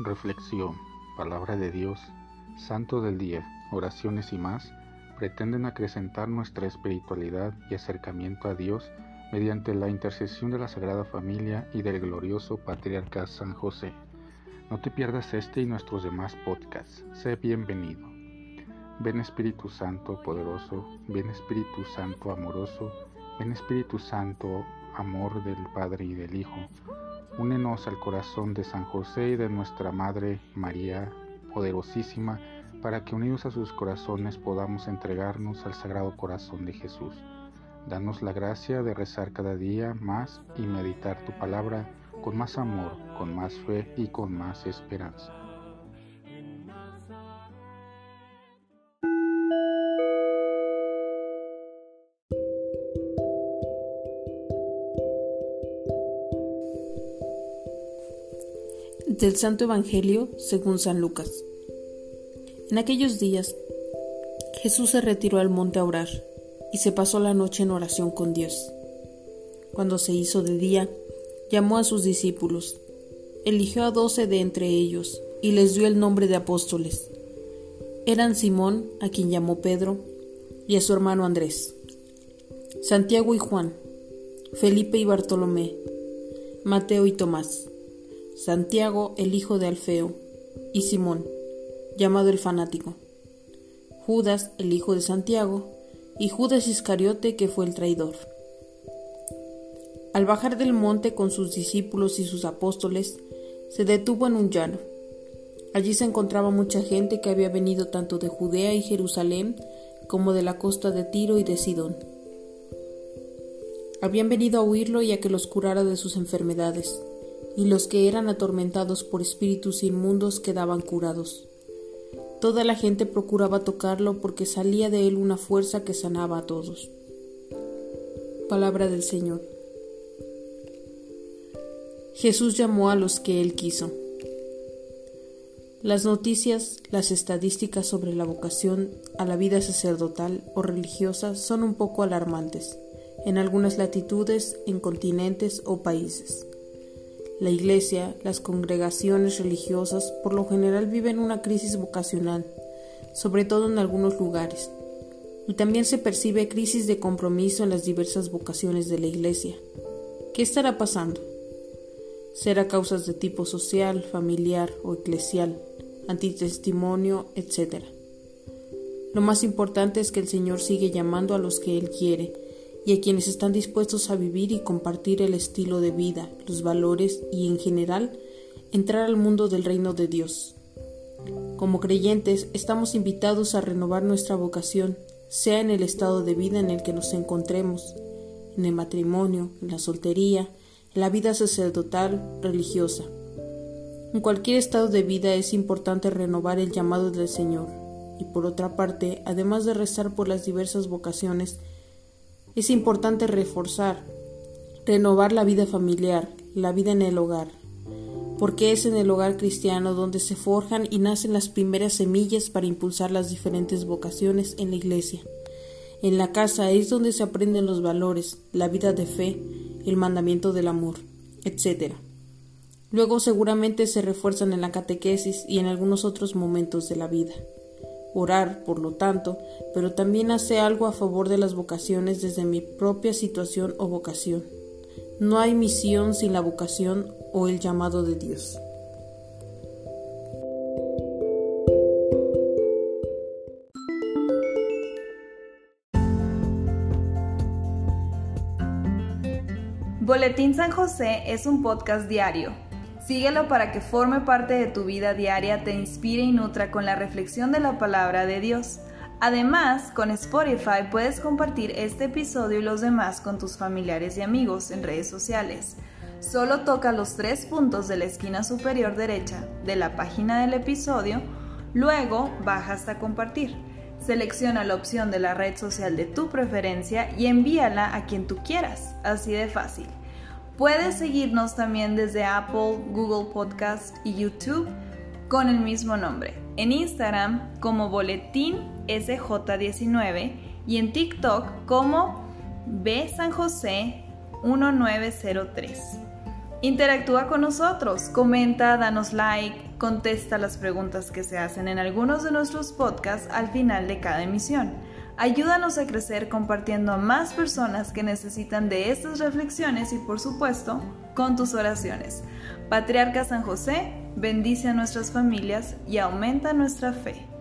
Reflexión, palabra de Dios, santo del día, oraciones y más, pretenden acrecentar nuestra espiritualidad y acercamiento a Dios mediante la intercesión de la Sagrada Familia y del glorioso Patriarca San José. No te pierdas este y nuestros demás podcasts. Sé bienvenido. Ven Espíritu Santo poderoso, ven Espíritu Santo amoroso, ven Espíritu Santo, amor del Padre y del Hijo. Únenos al corazón de San José y de nuestra Madre María, poderosísima, para que unidos a sus corazones podamos entregarnos al Sagrado Corazón de Jesús. Danos la gracia de rezar cada día más y meditar tu palabra con más amor, con más fe y con más esperanza. Del Santo Evangelio según San Lucas. En aquellos días, Jesús se retiró al monte a orar y se pasó la noche en oración con Dios. Cuando se hizo de día, llamó a sus discípulos, eligió a 12 de entre ellos y les dio el nombre de apóstoles. Eran Simón, a quien llamó Pedro, y a su hermano Andrés, Santiago y Juan, Felipe y Bartolomé, Mateo y Tomás, Santiago, el hijo de Alfeo, y Simón, llamado el fanático, Judas, el hijo de Santiago, y Judas Iscariote, que fue el traidor. Al bajar del monte con sus discípulos y sus apóstoles, se detuvo en un llano. Allí se encontraba mucha gente que había venido tanto de Judea y Jerusalén como de la costa de Tiro y de Sidón. Habían venido a oírlo y a que los curara de sus enfermedades, y los que eran atormentados por espíritus inmundos quedaban curados. Toda la gente procuraba tocarlo porque salía de él una fuerza que sanaba a todos. Palabra del Señor. Jesús llamó a los que él quiso. Las noticias, las estadísticas sobre la vocación a la vida sacerdotal o religiosa son un poco alarmantes, en algunas latitudes, en continentes o países. La Iglesia, las congregaciones religiosas, por lo general viven una crisis vocacional, sobre todo en algunos lugares, y también se percibe crisis de compromiso en las diversas vocaciones de la Iglesia. ¿Qué estará pasando? ¿Será causas de tipo social, familiar o eclesial, antitestimonio, etc.? Lo más importante es que el Señor sigue llamando a los que Él quiere, y a quienes están dispuestos a vivir y compartir el estilo de vida, los valores y, en general, entrar al mundo del reino de Dios. Como creyentes, estamos invitados a renovar nuestra vocación, sea en el estado de vida en el que nos encontremos, en el matrimonio, en la soltería, en la vida sacerdotal, religiosa. En cualquier estado de vida es importante renovar el llamado del Señor, y por otra parte, además de rezar por las diversas vocaciones, es importante renovar la vida familiar, la vida en el hogar, porque es en el hogar cristiano donde se forjan y nacen las primeras semillas para impulsar las diferentes vocaciones en la Iglesia. En la casa es donde se aprenden los valores, la vida de fe, el mandamiento del amor, etc. Luego seguramente se refuerzan en la catequesis y en algunos otros momentos de la vida. Orar, por lo tanto, pero también hace algo a favor de las vocaciones desde mi propia situación o vocación. No hay misión sin la vocación o el llamado de Dios. Boletín San José es un podcast diario. Síguelo para que forme parte de tu vida diaria, te inspire y nutra con la reflexión de la palabra de Dios. Además, con Spotify puedes compartir este episodio y los demás con tus familiares y amigos en redes sociales. Solo toca los 3 puntos de la esquina superior derecha de la página del episodio, luego baja hasta compartir. Selecciona la opción de la red social de tu preferencia y envíala a quien tú quieras, así de fácil. Puedes seguirnos también desde Apple, Google Podcast y YouTube con el mismo nombre. En Instagram como Boletín SJ19 y en TikTok como BSanJose1903. Interactúa con nosotros, comenta, danos like, contesta las preguntas que se hacen en algunos de nuestros podcasts al final de cada emisión. Ayúdanos a crecer compartiendo a más personas que necesitan de estas reflexiones y, por supuesto, con tus oraciones. Patriarca San José, bendice a nuestras familias y aumenta nuestra fe.